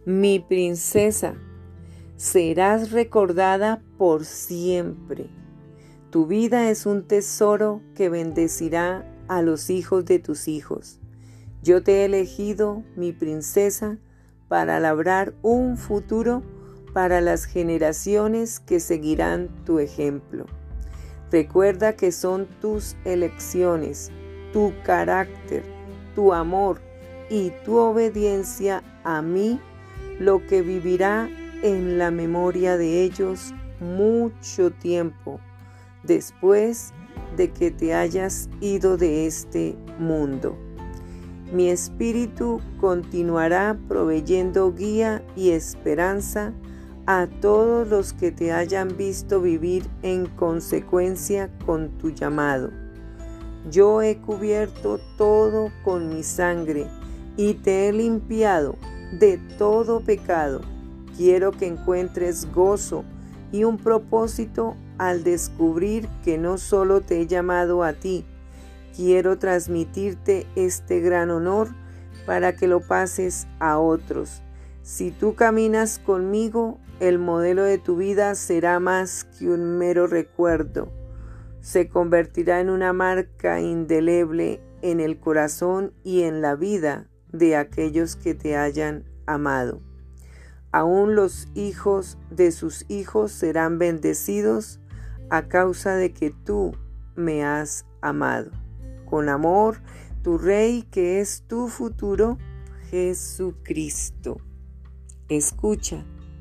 Mi princesa, serás recordada por siempre. Tu vida es un tesoro que bendecirá a los hijos de tus hijos. Yo te he elegido, mi princesa, para labrar un futuro para las generaciones que seguirán tu ejemplo. Recuerda que son tus elecciones, tu carácter, tu amor y tu obediencia a mí lo que vivirá en la memoria de ellos mucho tiempo después de que te hayas ido de este mundo. Mi espíritu continuará proveyendo guía y esperanza a todos los que te hayan visto vivir en consecuencia con tu llamado. Yo he cubierto todo con mi sangre y te he limpiado de todo pecado. Quiero que encuentres gozo y un propósito al descubrir que no solo te he llamado a ti. Quiero transmitirte este gran honor para que lo pases a otros. Si tú caminas conmigo, el modelo de tu vida será más que un mero recuerdo. Se convertirá en una marca indeleble en el corazón y en la vida de aquellos que te hayan amado. Aún los hijos de sus hijos serán bendecidos a causa de que tú me has amado. Con amor, tu Rey, que es tu futuro, Jesucristo. Escucha.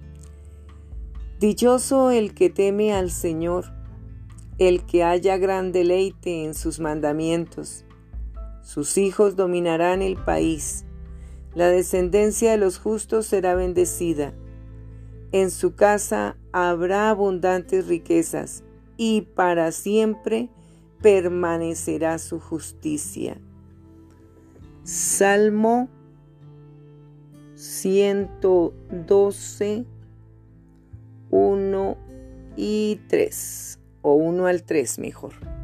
Dichoso el que teme al Señor, el que haya gran deleite en sus mandamientos. Sus hijos dominarán el país. La descendencia de los justos será bendecida. En su casa habrá abundantes riquezas y para siempre permanecerá su justicia. Salmo 112, 1 y 3, o 1 al 3 mejor.